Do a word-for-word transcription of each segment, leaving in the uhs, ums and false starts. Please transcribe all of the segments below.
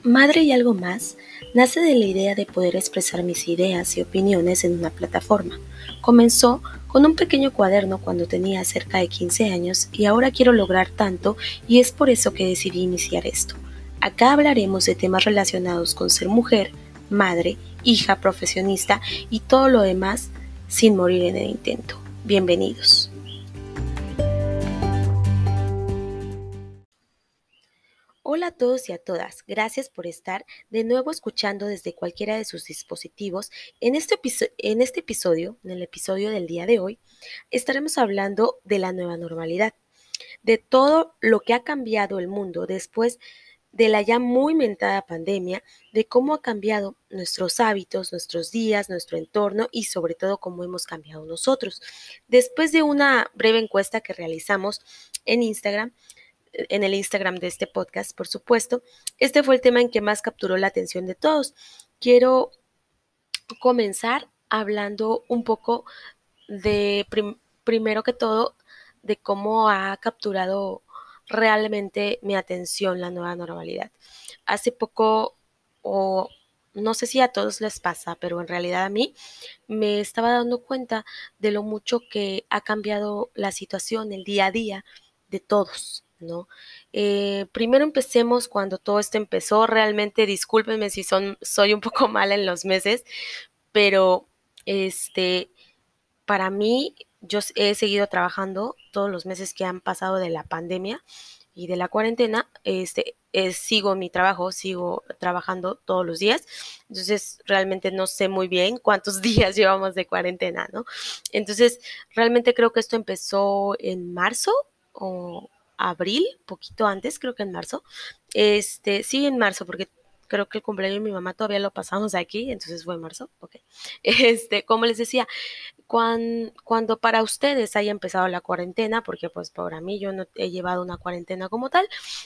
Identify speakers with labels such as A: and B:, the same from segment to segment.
A: Madre y algo más nace de la idea de poder expresar mis ideas y opiniones en una plataforma. Comenzó con un pequeño cuaderno cuando tenía cerca de quince años y ahora quiero lograr tanto y es por eso que decidí iniciar esto. Acá hablaremos de temas relacionados con ser mujer, madre, hija, profesionista y todo lo demás sin morir en el intento. Bienvenidos. Hola a todos y a todas, gracias por estar de nuevo escuchando desde cualquiera de sus dispositivos. En este, en este episodio, en el episodio del día de hoy, estaremos hablando de la nueva normalidad, de todo lo que ha cambiado el mundo después de la ya muy mentada pandemia, de cómo ha cambiado nuestros hábitos, nuestros días, nuestro entorno y sobre todo cómo hemos cambiado nosotros. Después de una breve encuesta que realizamos en Instagram, en el Instagram de este podcast, por supuesto, este fue el tema en que más capturó la atención de todos. Quiero comenzar hablando un poco de, prim primero que todo, de cómo ha capturado realmente mi atención la nueva normalidad. Hace poco, o no sé si a todos les pasa, pero en realidad a mí me estaba dando cuenta de lo mucho que ha cambiado la situación, el día a día de todos, ¿no? Eh, primero empecemos cuando todo esto empezó. Realmente discúlpenme si son, soy un poco mala en los meses, pero este, para mí, yo he seguido trabajando todos los meses que han pasado de la pandemia y de la cuarentena. Este, eh, sigo mi trabajo, sigo trabajando todos los días. Entonces, realmente no sé muy bien cuántos días llevamos de cuarentena, ¿no? Entonces, realmente creo que esto empezó en marzo o abril, poquito antes, creo que en marzo. Este, sí, en marzo, porque creo que el cumpleaños de mi mamá todavía lo pasamos aquí, entonces fue en marzo, ok. Este, como les decía, cuando, cuando para ustedes haya empezado la cuarentena, porque pues para mí yo no he llevado una cuarentena como tal,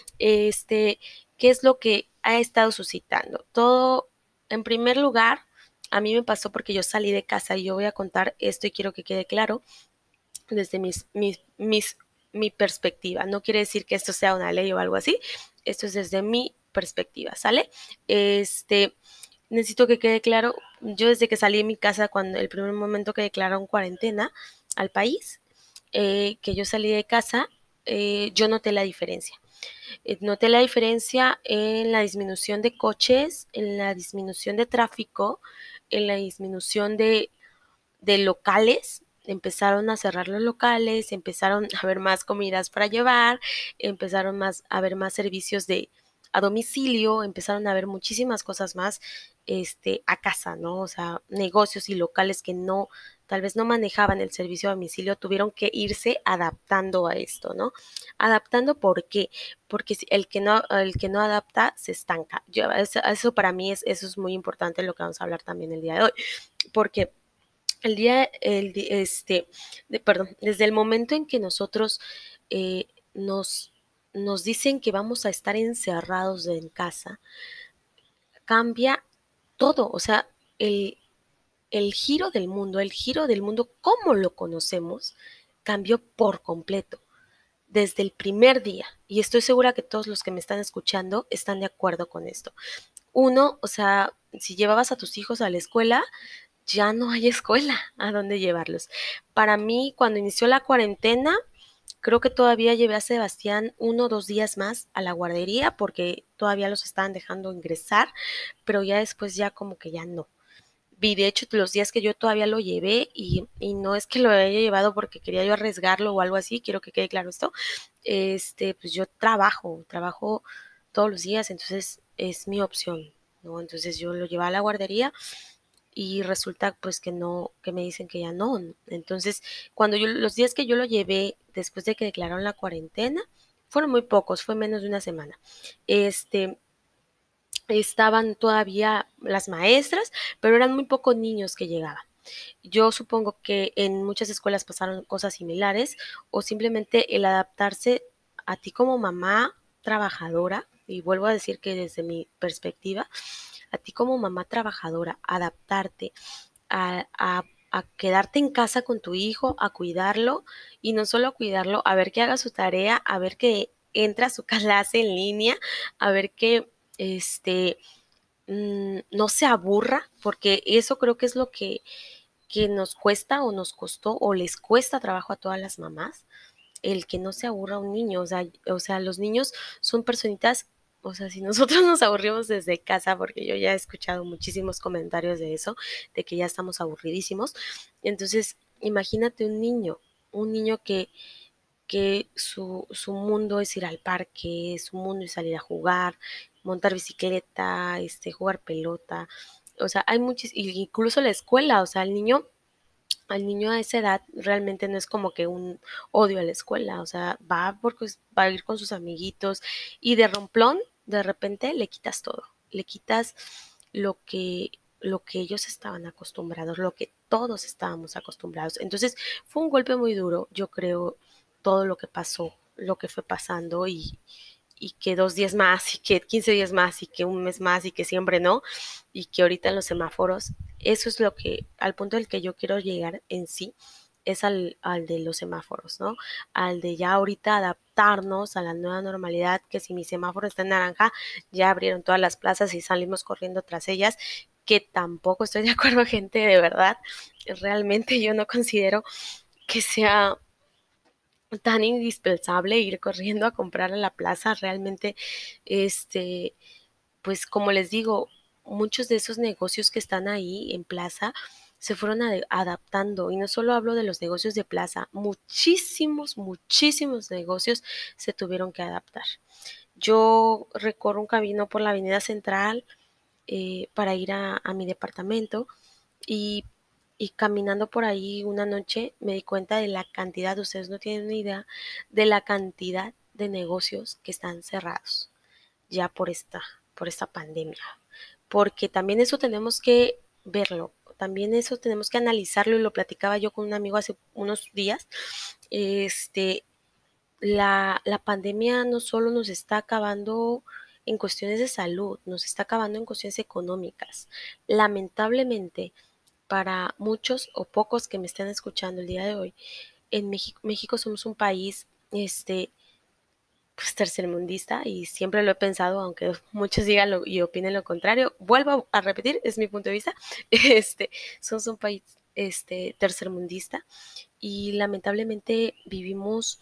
A: este, ¿qué es lo que ha estado suscitando? Todo, en primer lugar, a mí me pasó porque yo salí de casa y yo voy a contar esto y quiero que quede claro desde mis, mis, mis, mi perspectiva. No quiere decir que esto sea una ley o algo así, esto es desde mi perspectiva, ¿sale? Este, necesito que quede claro, yo desde que salí de mi casa, cuando el primer momento que declararon cuarentena al país, eh, que yo salí de casa, eh, yo noté la diferencia. Eh, noté la diferencia en la disminución de coches, en la disminución de tráfico, en la disminución de, de locales. Empezaron a cerrar los locales, empezaron a haber más comidas para llevar, empezaron más, a haber más servicios de a domicilio, empezaron a haber muchísimas cosas más este, a casa, ¿no? O sea, negocios y locales que no, tal vez no manejaban el servicio a domicilio, tuvieron que irse adaptando a esto, ¿no? Adaptando, ¿por qué? Porque el que no, el que no adapta se estanca. Yo, eso, eso para mí es, eso es muy importante, lo que vamos a hablar también el día de hoy, porque el día, el, este, de, perdón, desde el momento en que nosotros eh, nos, nos dicen que vamos a estar encerrados en casa, cambia todo, o sea, el, el giro del mundo, el giro del mundo como lo conocemos, cambió por completo desde el primer día. Y estoy segura que todos los que me están escuchando están de acuerdo con esto. Uno, o sea, si llevabas a tus hijos a la escuela, ya no hay escuela a dónde llevarlos. Para mí, cuando inició la cuarentena, creo que todavía llevé a Sebastián uno o dos días más a la guardería porque todavía los estaban dejando ingresar, pero ya después ya como que ya no. Vi, de hecho, los días que yo todavía lo llevé y, y no es que lo haya llevado porque quería yo arriesgarlo o algo así, quiero que quede claro esto, este, pues yo trabajo, trabajo todos los días, entonces es mi opción, ¿no? Entonces yo lo llevaba a la guardería y resulta pues que no, que me dicen que ya no. Entonces, cuando yo, los días que yo lo llevé después de que declararon la cuarentena, fueron muy pocos, fue menos de una semana. Este, estaban todavía las maestras, pero eran muy pocos niños que llegaban. Yo supongo que en muchas escuelas pasaron cosas similares o simplemente el adaptarse a ti como mamá trabajadora, y vuelvo a decir que desde mi perspectiva, a ti como mamá trabajadora, adaptarte a, a, a quedarte en casa con tu hijo, a cuidarlo y no solo a cuidarlo, a ver que haga su tarea, a ver que entra a su clase en línea, a ver que este, mm, no se aburra, porque eso creo que es lo que, que nos cuesta o nos costó o les cuesta trabajo a todas las mamás, el que no se aburra un niño, o sea, o sea, los niños son personitas, o sea, si nosotros nos aburrimos desde casa, porque yo ya he escuchado muchísimos comentarios de eso, de que ya estamos aburridísimos, entonces imagínate un niño, un niño que, que su, su mundo es ir al parque, su mundo es salir a jugar, montar bicicleta, este, jugar pelota, o sea, hay muchos, incluso la escuela, o sea, el niño al niño a esa edad realmente no es como que un odio a la escuela, o sea, va porque va a ir con sus amiguitos y de romplón, de repente le quitas todo, le quitas lo que lo que ellos estaban acostumbrados, lo que todos estábamos acostumbrados. Entonces, fue un golpe muy duro, yo creo, todo lo que pasó, lo que fue pasando y y que dos días más y que quince días más y que un mes más y que siempre no y que ahorita en los semáforos, eso es lo que, al punto del que yo quiero llegar en sí, es al, al de los semáforos, ¿no? Al de ya ahorita adaptarnos a la nueva normalidad, que si mi semáforo está en naranja, ya abrieron todas las plazas y salimos corriendo tras ellas, que tampoco estoy de acuerdo, gente, de verdad, realmente yo no considero que sea tan indispensable ir corriendo a comprar a la plaza, realmente, este, pues como les digo, muchos de esos negocios que están ahí en plaza se fueron ad- adaptando y no solo hablo de los negocios de plaza, muchísimos, muchísimos negocios se tuvieron que adaptar. Yo recorro un camino por la avenida central eh, para ir a, a mi departamento y, y caminando por ahí una noche me di cuenta de la cantidad, ustedes no tienen ni idea, de la cantidad de negocios que están cerrados ya por esta, por esta pandemia. Porque también eso tenemos que verlo, también eso tenemos que analizarlo y lo platicaba yo con un amigo hace unos días. Este, la, la pandemia no solo nos está acabando en cuestiones de salud, nos está acabando en cuestiones económicas. Lamentablemente, para muchos o pocos que me estén escuchando el día de hoy, en México, México somos un país este, pues, tercermundista y siempre lo he pensado, aunque muchos digan lo, y opinen lo contrario. Vuelvo a repetir, es mi punto de vista. Este, somos un país este, tercermundista y lamentablemente vivimos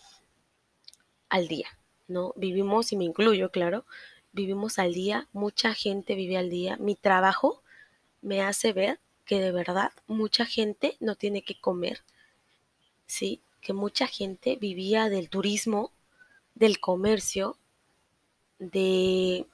A: al día, ¿no? Vivimos, y me incluyo, claro, vivimos al día, mucha gente vive al día. Mi trabajo me hace ver que de verdad mucha gente no tiene que comer, ¿sí? Que mucha gente vivía del turismo, del comercio, de,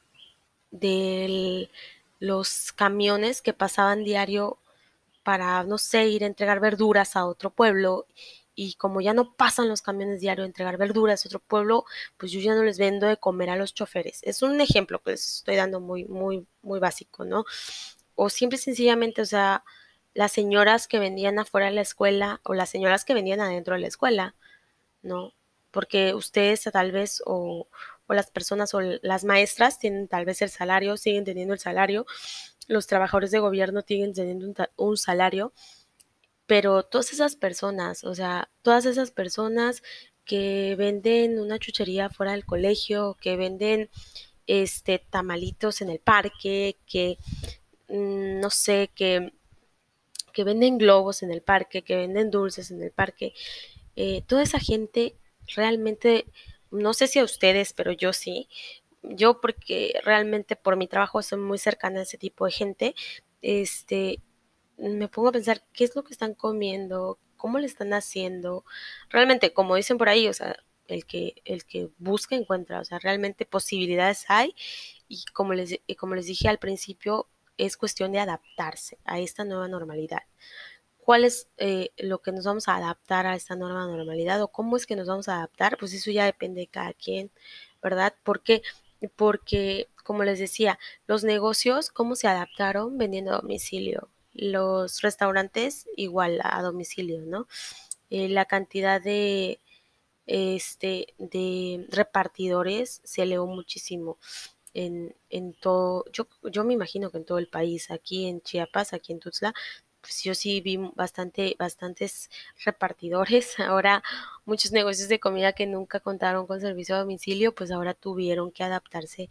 A: de los camiones que pasaban diario para, no sé, ir a entregar verduras a otro pueblo. Y como ya no pasan los camiones diario a entregar verduras a otro pueblo, pues yo ya no les vendo de comer a los choferes. Es un ejemplo que les estoy dando muy, muy, muy básico, ¿no? O simple y sencillamente, o sea, las señoras que vendían afuera de la escuela o las señoras que vendían adentro de la escuela, ¿no? Porque ustedes tal vez o, o las personas o las maestras tienen tal vez el salario, siguen teniendo el salario, los trabajadores de gobierno siguen teniendo un, un salario, pero todas esas personas, o sea, todas esas personas que venden una chuchería fuera del colegio, que venden este tamalitos en el parque, que mmm, no sé, que, que venden globos en el parque, que venden dulces en el parque, eh, toda esa gente realmente, no sé si a ustedes, pero yo sí, yo porque realmente por mi trabajo soy muy cercana a ese tipo de gente, este, me pongo a pensar qué es lo que están comiendo, cómo le están haciendo. Realmente, como dicen por ahí, o sea, el que, el que busca encuentra, o sea, realmente posibilidades hay y como les, y como les dije al principio, es cuestión de adaptarse a esta nueva normalidad. ¿Cuál es eh, lo que nos vamos a adaptar a esta nueva normalidad o cómo es que nos vamos a adaptar? Pues eso ya depende de cada quien, ¿verdad? ¿Por qué? Porque, como les decía, los negocios, ¿cómo se adaptaron vendiendo a domicilio? Los restaurantes igual a domicilio, ¿no? Eh, la cantidad de, este, de repartidores se elevó muchísimo en, en todo, yo, yo me imagino que en todo el país, aquí en Chiapas, aquí en Tuxtla, pues yo sí vi bastante, bastantes repartidores. Ahora muchos negocios de comida que nunca contaron con servicio a domicilio, pues ahora tuvieron que adaptarse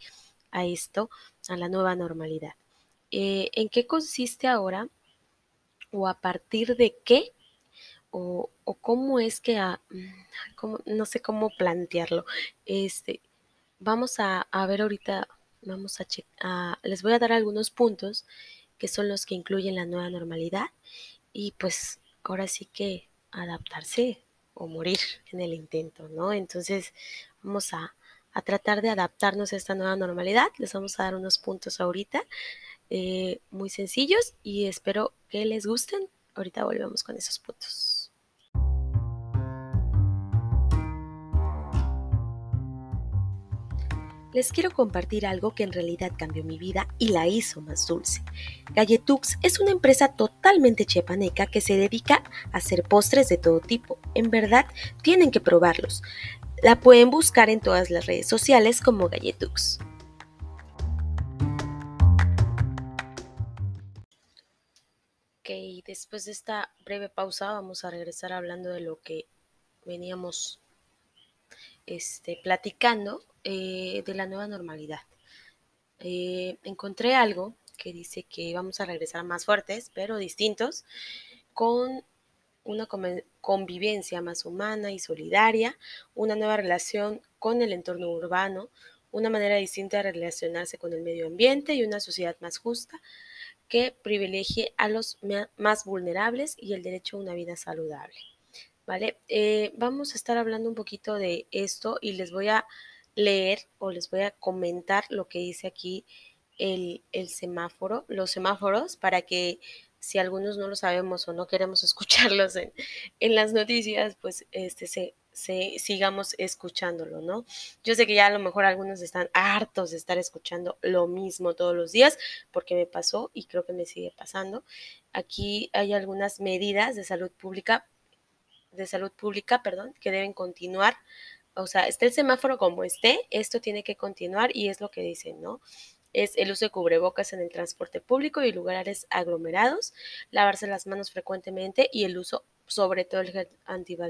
A: a esto, a la nueva normalidad. Eh, ¿En qué consiste ahora o a partir de qué o, o cómo es que, a, cómo, no sé cómo plantearlo? Este, vamos a, a ver ahorita, vamos a, che a les voy a dar algunos puntos que son los que incluyen la nueva normalidad y pues ahora sí que adaptarse o morir en el intento, ¿no? Entonces vamos a, a tratar de adaptarnos a esta nueva normalidad. Les vamos a dar unos puntos ahorita eh, muy sencillos y espero que les gusten. Ahorita volvemos con esos puntos. Les quiero compartir algo que en realidad cambió mi vida y la hizo más dulce. Galletux es una empresa totalmente chiapaneca que se dedica a hacer postres de todo tipo. En verdad, tienen que probarlos. La pueden buscar en todas las redes sociales como Galletux. Ok, después de esta breve pausa vamos a regresar hablando de lo que veníamos este, platicando eh, de la nueva normalidad. Eh, encontré algo que dice que vamos a regresar más fuertes, pero distintos, con una convivencia más humana y solidaria, una nueva relación con el entorno urbano, una manera distinta de relacionarse con el medio ambiente y una sociedad más justa que privilegie a los más vulnerables y el derecho a una vida saludable. ¿Vale? Eh, vamos a estar hablando un poquito de esto y les voy a leer o les voy a comentar lo que dice aquí el, el semáforo, los semáforos, para que si algunos no lo sabemos o no queremos escucharlos en, en las noticias, pues este se, se, sigamos escuchándolo, ¿no? Yo sé que ya a lo mejor algunos están hartos de estar escuchando lo mismo todos los días, porque me pasó y creo que me sigue pasando. Aquí hay algunas medidas de salud pública de salud pública, perdón, que deben continuar. O sea, esté el semáforo como esté, esto tiene que continuar y es lo que dicen, ¿no? Es el uso de cubrebocas en el transporte público y lugares aglomerados, lavarse las manos frecuentemente y el uso, sobre todo el gel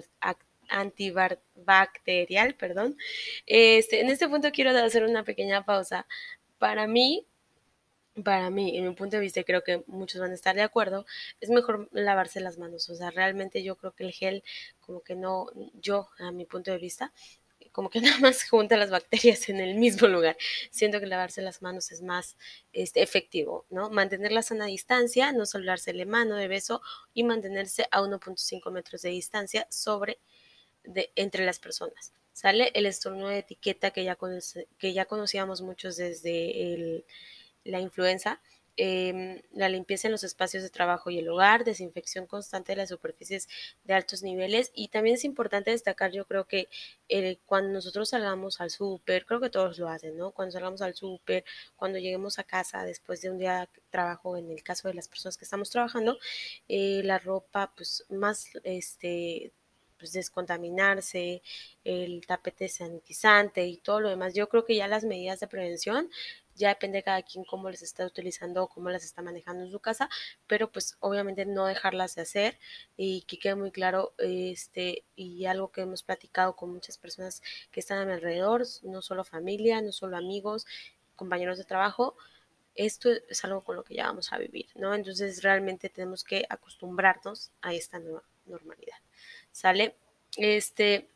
A: antibacterial, perdón. Este, en este punto quiero hacer una pequeña pausa. Para mí, para mí, en mi punto de vista, y creo que muchos van a estar de acuerdo, es mejor lavarse las manos. O sea, realmente yo creo que el gel, como que no, yo, a mi punto de vista, como que nada más junta las bacterias en el mismo lugar. Siento que lavarse las manos es más este, efectivo, ¿no? Mantener la sana distancia, no saludársele mano de beso y mantenerse a uno punto cinco metros de distancia sobre, de, entre las personas. Sale el estornudo de etiqueta que ya, conoce, que ya conocíamos muchos desde el la influenza, eh, la limpieza en los espacios de trabajo y el hogar, desinfección constante de las superficies de altos niveles y también es importante destacar, yo creo que eh, cuando nosotros salgamos al súper, creo que todos lo hacen, ¿no? Cuando salgamos al súper, cuando lleguemos a casa después de un día de trabajo, en el caso de las personas que estamos trabajando, eh, la ropa pues más este pues descontaminarse, el tapete sanitizante y todo lo demás. Yo creo que ya las medidas de prevención ya depende de cada quien cómo les está utilizando o cómo las está manejando en su casa, pero pues obviamente no dejarlas de hacer y que quede muy claro este y algo que hemos platicado con muchas personas que están a mi alrededor, no solo familia, no solo amigos, compañeros de trabajo, esto es algo con lo que ya vamos a vivir, ¿no? Entonces realmente tenemos que acostumbrarnos a esta nueva normalidad, ¿sale? Este,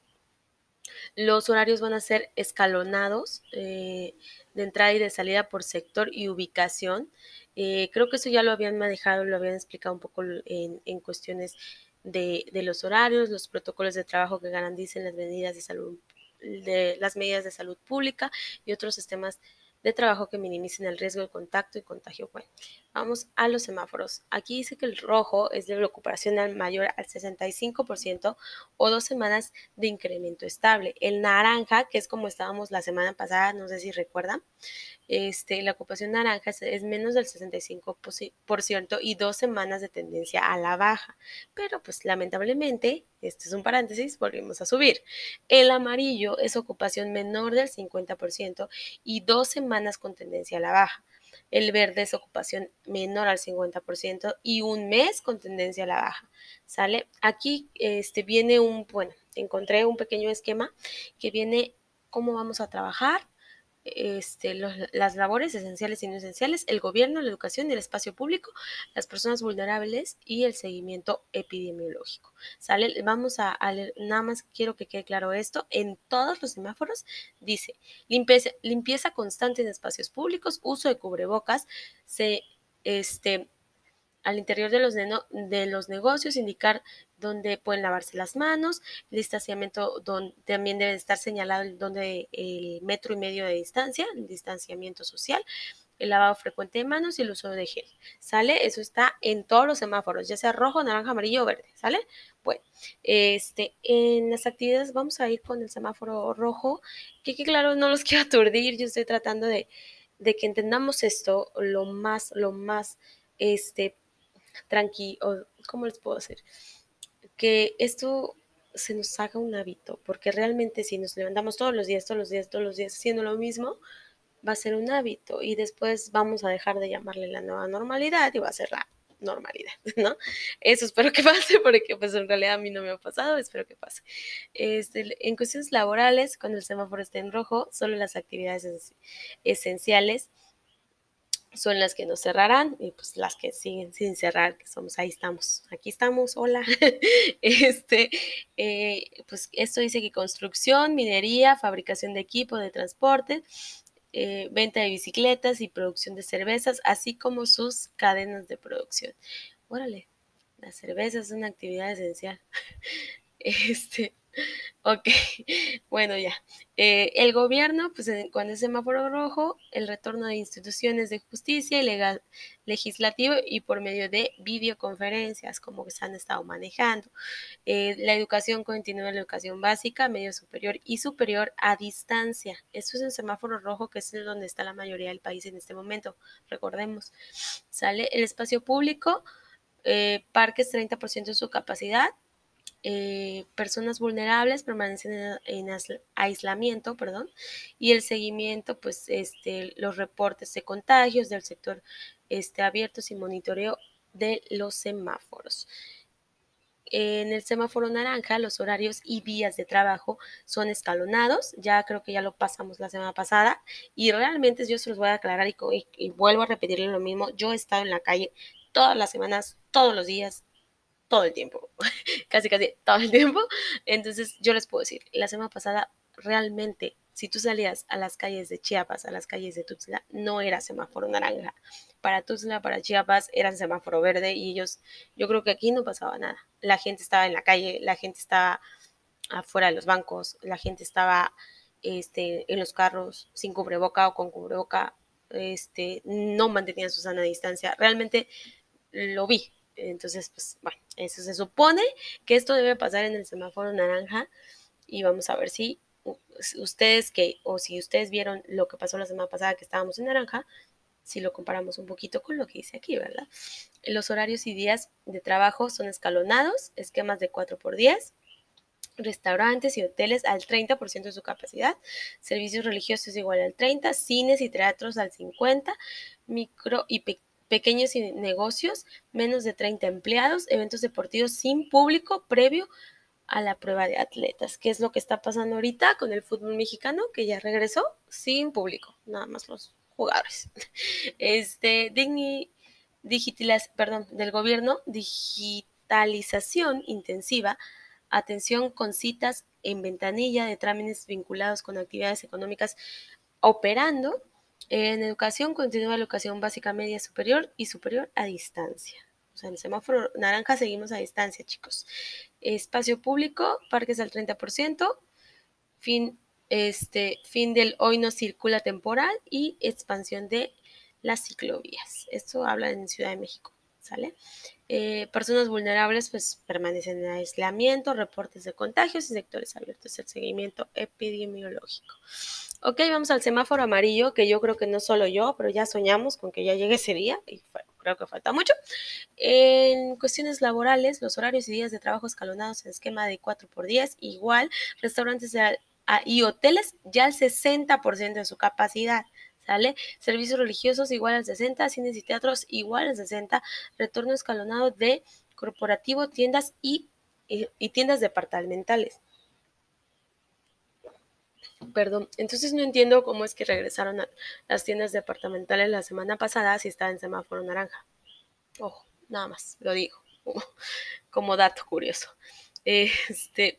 A: los horarios van a ser escalonados eh, de entrada y de salida por sector y ubicación. Eh, creo que eso ya lo habían manejado, lo habían explicado un poco en, en cuestiones de, de, los horarios, los protocolos de trabajo que garanticen las medidas de salud, de las medidas de salud pública y otros sistemas de trabajo que minimicen el riesgo de contacto y contagio. Bueno, vamos a los semáforos. Aquí dice que el rojo es de ocupación mayor al sesenta y cinco por ciento o dos semanas de incremento estable. El naranja, que es como estábamos la semana pasada, no sé si recuerdan, este, la ocupación naranja es, es menos del sesenta y cinco por ciento y dos semanas de tendencia a la baja. Pero pues lamentablemente, este es un paréntesis, volvimos a subir. El amarillo es ocupación menor del cincuenta por ciento y dos semanas con tendencia a la baja. El verde es ocupación menor al cincuenta por ciento y un mes con tendencia a la baja. ¿Sale? Aquí este, viene un, bueno, encontré un pequeño esquema que viene cómo vamos a trabajar, este, los, las labores esenciales y no esenciales, el gobierno, la educación y el espacio público, las personas vulnerables y el seguimiento epidemiológico. ¿Sale? Vamos a, a leer, nada más quiero que quede claro esto, en todos los semáforos dice limpieza, limpieza constante en espacios públicos, uso de cubrebocas, se, este, al interior de los, de, de los negocios, indicar dónde pueden lavarse las manos, el distanciamiento donde, también debe estar señalado donde el metro y medio de distancia, el distanciamiento social, el lavado frecuente de manos y el uso de gel. ¿Sale? Eso está en todos los semáforos, ya sea rojo, naranja, amarillo o verde. ¿Sale? Bueno, este, en las actividades vamos a ir con el semáforo rojo, que, que claro, no los quiero aturdir, yo estoy tratando de, de que entendamos esto lo más, lo más, este, tranquilo, ¿cómo les puedo hacer? Que esto se nos haga un hábito, porque realmente si nos levantamos todos los días, todos los días, todos los días haciendo lo mismo, va a ser un hábito y después vamos a dejar de llamarle la nueva normalidad y va a ser la normalidad, ¿no? Eso espero que pase porque pues en realidad a mí no me ha pasado, espero que pase. Este, en cuestiones laborales, cuando el semáforo esté en rojo, solo las actividades esenciales son las que nos cerrarán y pues las que siguen sin cerrar, que somos, ahí estamos, aquí estamos, hola. este, eh, pues esto dice que construcción, minería, fabricación de equipo de transporte, eh, venta de bicicletas y producción de cervezas, así como sus cadenas de producción. Órale, la cerveza es una actividad esencial. Este, ok, bueno ya. Eh, el gobierno, pues cuando es semáforo rojo, el retorno de instituciones de justicia y legal, legislativo y por medio de videoconferencias, como que se han estado manejando. Eh, la educación continúa, la educación básica, medio superior y superior a distancia. Esto es el semáforo rojo, que es donde está la mayoría del país en este momento, recordemos. Sale el espacio público, eh, parques treinta por ciento de su capacidad, eh, personas vulnerables permanecen en, en aislamiento, perdón, y el seguimiento, pues, este, los reportes de contagios del sector este, abiertos y monitoreo de los semáforos. En el semáforo naranja, los horarios y días de trabajo son escalonados, ya creo que ya lo pasamos la semana pasada, y realmente yo se los voy a aclarar y, y, y vuelvo a repetirle lo mismo, yo he estado en la calle todas las semanas, todos los días, todo el tiempo, casi casi todo el tiempo. Entonces yo les puedo decir, la semana pasada realmente, si tú salías a las calles de Chiapas, a las calles de Tuxtla, no era semáforo naranja. Para Tuxtla, para Chiapas, eran semáforo verde y ellos, yo creo que aquí no pasaba nada. La gente estaba en la calle, la gente estaba afuera de los bancos, la gente estaba este, en los carros sin cubreboca o con cubreboca, este, no mantenían su sana distancia. Realmente lo vi. Entonces, pues, bueno, eso se supone que esto debe pasar en el semáforo naranja y vamos a ver si ustedes que, o si ustedes vieron lo que pasó la semana pasada que estábamos en naranja, si lo comparamos un poquito con lo que dice aquí, ¿verdad? Los horarios y días de trabajo son escalonados, esquemas de cuatro por diez, restaurantes y hoteles al treinta por ciento de su capacidad, servicios religiosos igual al treinta por ciento, cines y teatros al cincuenta por ciento, micro y pe pequeños negocios, menos de treinta empleados, eventos deportivos sin público previo a la prueba de atletas, que es lo que está pasando ahorita con el fútbol mexicano, que ya regresó sin público, nada más los jugadores. Este, digni, digitaliz, perdón, del gobierno, digitalización intensiva, atención con citas en ventanilla de trámites vinculados con actividades económicas operando. En educación continúa la educación básica, media, superior y superior a distancia. O sea, en el semáforo naranja seguimos a distancia, chicos. Espacio público, parques al treinta por ciento, fin, este, fin del hoy no circula temporal y expansión de las ciclovías. Esto habla en Ciudad de México, ¿sale? Eh, personas vulnerables pues permanecen en aislamiento, reportes de contagios y sectores abiertos, el seguimiento epidemiológico. Ok, vamos al semáforo amarillo, que yo creo que no solo yo, pero ya soñamos con que ya llegue ese día y fue, creo que falta mucho. En cuestiones laborales, los horarios y días de trabajo escalonados en esquema de cuatro por diez, igual, restaurantes y hoteles ya al sesenta por ciento de su capacidad, ¿sale? Servicios religiosos igual al sesenta, cines y teatros igual al sesenta, retorno escalonado de corporativo, tiendas y, y, y tiendas departamentales. Perdón, entonces no entiendo cómo es que regresaron a las tiendas departamentales la semana pasada si estaba en semáforo naranja. Ojo, nada más, lo digo, como, como dato curioso. Este,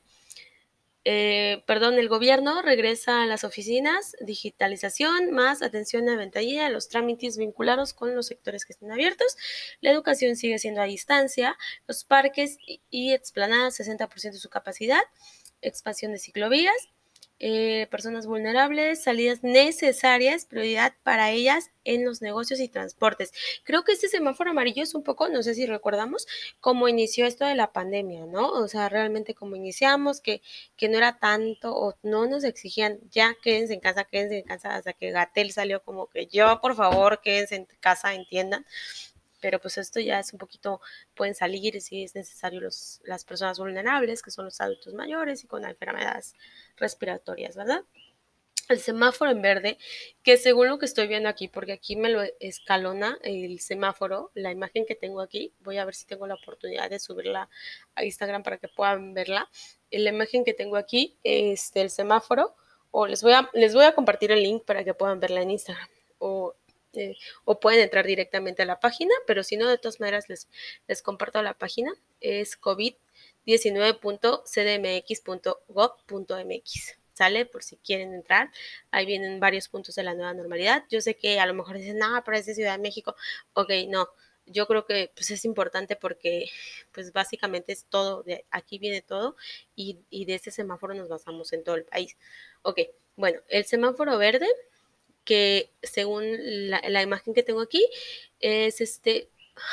A: eh, perdón, el gobierno regresa a las oficinas, digitalización, más atención a ventanilla, los trámites vinculados con los sectores que estén abiertos. La educación sigue siendo a distancia, los parques y, y explanadas sesenta por ciento de su capacidad, expansión de ciclovías, eh, personas vulnerables, salidas necesarias, prioridad para ellas en los negocios y transportes. Creo que este semáforo amarillo es un poco, no sé si recordamos, cómo inició esto de la pandemia, ¿no? O sea, realmente como iniciamos, que, que no era tanto o no nos exigían, ya quédense en casa, quédense en casa, hasta que Gatel salió como que yo, por favor, quédense en casa, entiendan. Pero pues esto ya es un poquito, pueden salir si es necesario los, las personas vulnerables, que son los adultos mayores y con enfermedades respiratorias, ¿verdad? El semáforo en verde, que según lo que estoy viendo aquí, porque aquí me lo escalona el semáforo, la imagen que tengo aquí, voy a ver si tengo la oportunidad de subirla a Instagram para que puedan verla. La imagen que tengo aquí es del semáforo, o les voy a, les voy a compartir el link para que puedan verla en Instagram, o, eh, o pueden entrar directamente a la página, pero si no, de todas maneras les, les comparto la página, es covid diecinueve punto c d m x punto gov punto m x. ¿Sale? Por si quieren entrar. Ahí vienen varios puntos de la nueva normalidad. Yo sé que a lo mejor dicen, no, pero es de Ciudad de México. Ok, no. Yo creo que pues es importante porque pues básicamente es todo, de aquí viene todo y, y de este semáforo nos basamos en todo el país. Ok, bueno, el semáforo verde, que según la, la imagen que tengo aquí, es este,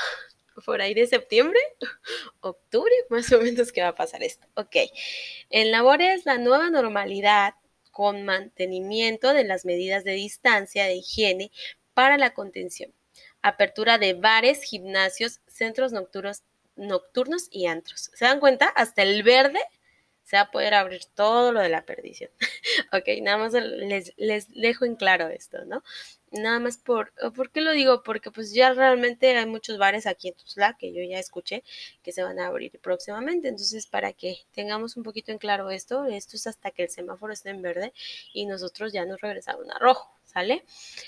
A: por ahí de septiembre, octubre, más o menos que va a pasar esto. Ok, en labores la nueva normalidad con mantenimiento de las medidas de distancia de higiene para la contención. Apertura de bares, gimnasios, centros nocturnos, nocturnos y antros. ¿Se dan cuenta? Hasta el verde se va a poder abrir todo lo de la perdición. Ok, nada más les, les dejo en claro esto, ¿no? Nada más por, ¿por qué lo digo? Porque pues ya realmente hay muchos bares aquí en Tuxtla que yo ya escuché que se van a abrir próximamente, entonces para que tengamos un poquito en claro esto, esto es hasta que el semáforo esté en verde y nosotros ya nos regresamos a rojo, ¿sale?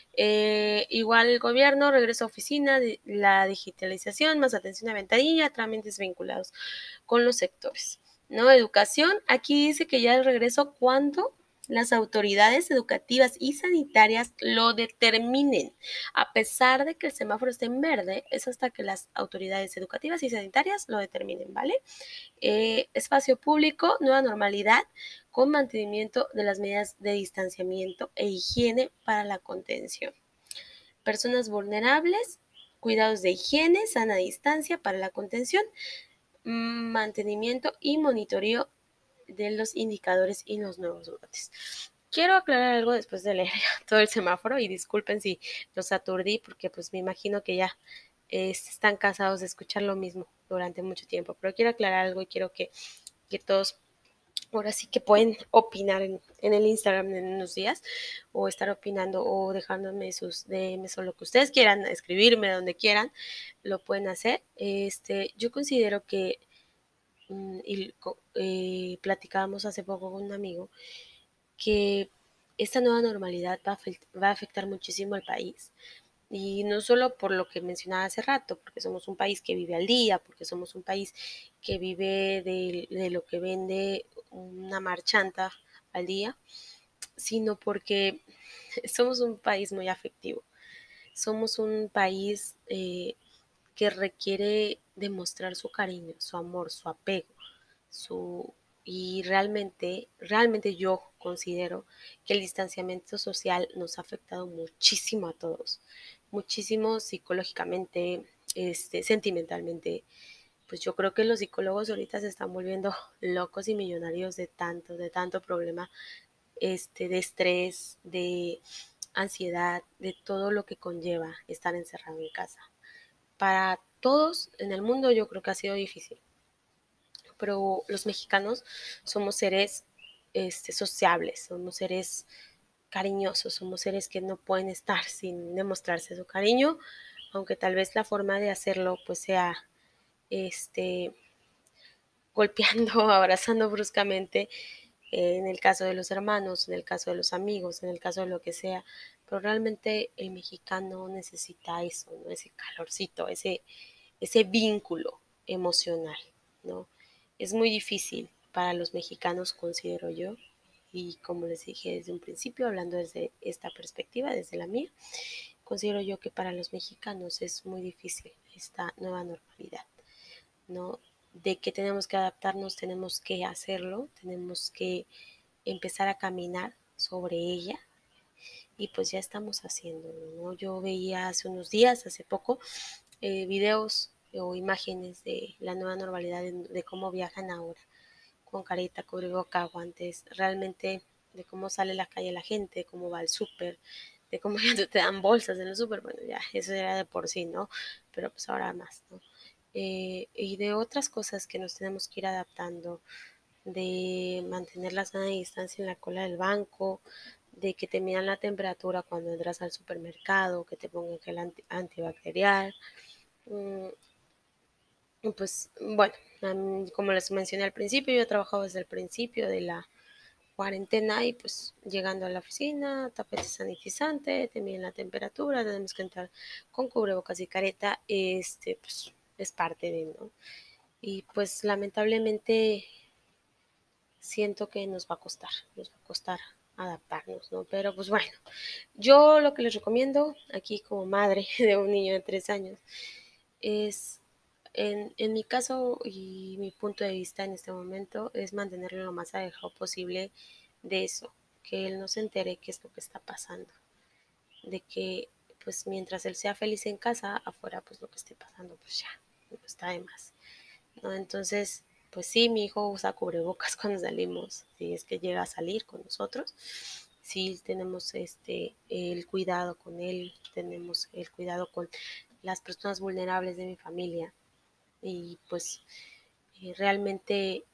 A: Eh, igual el gobierno regresa a oficina, la digitalización, más atención a ventanilla, trámites vinculados con los sectores, ¿no? Educación, aquí dice que ya el regreso, ¿cuándo? Las autoridades educativas y sanitarias lo determinen. A pesar de que el semáforo esté en verde, es hasta que las autoridades educativas y sanitarias lo determinen, ¿vale? Eh, espacio público, nueva normalidad, con mantenimiento de las medidas de distanciamiento e higiene para la contención. Personas vulnerables, cuidados de higiene, sana distancia para la contención, mantenimiento y monitoreo de los indicadores y los nuevos brotes. Quiero aclarar algo después de leer todo el semáforo y disculpen si los aturdí porque pues me imagino que ya eh, están cansados de escuchar lo mismo durante mucho tiempo, pero quiero aclarar algo y quiero que, que todos ahora sí que pueden opinar en, en el Instagram en unos días o estar opinando o dejándome sus D Ms o lo que ustedes quieran, escribirme donde quieran, lo pueden hacer. Este, yo considero que y eh, platicábamos hace poco con un amigo que esta nueva normalidad va a, va a afectar muchísimo al país. Y no solo por lo que mencionaba hace rato, porque somos un país que vive al día, porque somos un país que vive de, de lo que vende una marchanta al día, sino porque somos un país muy afectivo. Somos un país eh, que requiere demostrar su cariño, su amor, su apego, su y realmente, realmente yo considero que el distanciamiento social nos ha afectado muchísimo a todos, muchísimo psicológicamente, este, sentimentalmente. Pues yo creo que los psicólogos ahorita se están volviendo locos y millonarios de tanto, de tanto problema, este, de estrés, de ansiedad, de todo lo que conlleva estar encerrado en casa. Para todos en el mundo yo creo que ha sido difícil, pero los mexicanos somos seres este, sociables, somos seres cariñosos, somos seres que no pueden estar sin demostrarse su cariño, aunque tal vez la forma de hacerlo pues sea este, golpeando, abrazando bruscamente, en el caso de los hermanos, en el caso de los amigos, en el caso de lo que sea, pero realmente el mexicano necesita eso, ¿no? Ese calorcito, ese, ese vínculo emocional, ¿no? Es muy difícil para los mexicanos, considero yo, y como les dije desde un principio, hablando desde esta perspectiva, desde la mía, considero yo que para los mexicanos es muy difícil esta nueva normalidad, ¿no? De que tenemos que adaptarnos, tenemos que hacerlo, tenemos que empezar a caminar sobre ella y pues ya estamos haciéndolo, ¿no? Yo veía hace unos días, hace poco, eh, videos o imágenes de la nueva normalidad, de, de cómo viajan ahora, con careta, cubreboca, guantes, realmente de cómo sale a la calle la gente, de cómo va al súper, de cómo ya te dan bolsas en el súper, bueno, ya eso era de por sí, ¿no? Pero pues ahora más, ¿no? Eh, y de otras cosas que nos tenemos que ir adaptando, de mantener la sana distancia en la cola del banco, de que te midan la temperatura cuando entras al supermercado, que te pongan gel anti antibacterial. Mm, pues bueno, como les mencioné al principio, yo he trabajado desde el principio de la cuarentena y pues llegando a la oficina, tapete sanitizante, te miden la temperatura, tenemos que entrar con cubrebocas y careta, este pues es parte de, ¿no? Y pues lamentablemente siento que nos va a costar, nos va a costar adaptarnos, ¿no? Pero pues bueno, yo lo que les recomiendo aquí como madre de un niño de tres años es, en, en mi caso y mi punto de vista en este momento, es mantenerlo lo más alejado posible de eso, que él no se entere qué es lo que está pasando, de que pues mientras él sea feliz en casa, afuera pues lo que esté pasando pues ya, no está de más, ¿no? Entonces, pues sí, mi hijo usa cubrebocas cuando salimos, si es que llega a salir con nosotros. Sí, tenemos este el cuidado con él, tenemos el cuidado con las personas vulnerables de mi familia y pues eh, realmente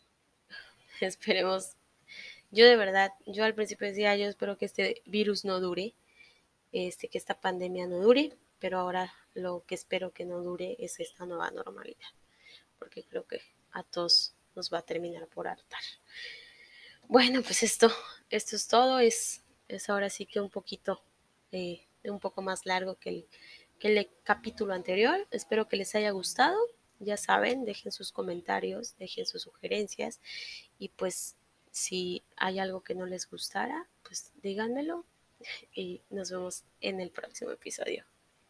A: esperemos, yo de verdad, yo al principio decía, yo espero que este virus no dure, este que esta pandemia no dure, pero ahora lo que espero que no dure es esta nueva normalidad, porque creo que a todos nos va a terminar por hartar. Bueno, pues esto, esto es todo, es, es ahora sí que un poquito, eh, un poco más largo que el, que el capítulo anterior. Espero que les haya gustado. Ya saben, dejen sus comentarios, dejen sus sugerencias y pues si hay algo que no les gustara, pues díganmelo y nos vemos en el próximo episodio.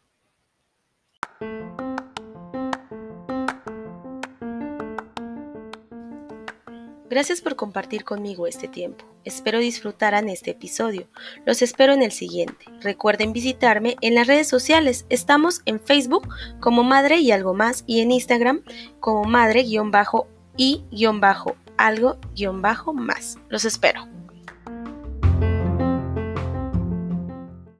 A: Gracias por compartir conmigo este tiempo. Espero disfrutaran este episodio. Los espero en el siguiente. Recuerden visitarme en las redes sociales. Estamos en Facebook como Madre y Algo Más y en Instagram como Madre-y-algo-más. Los espero.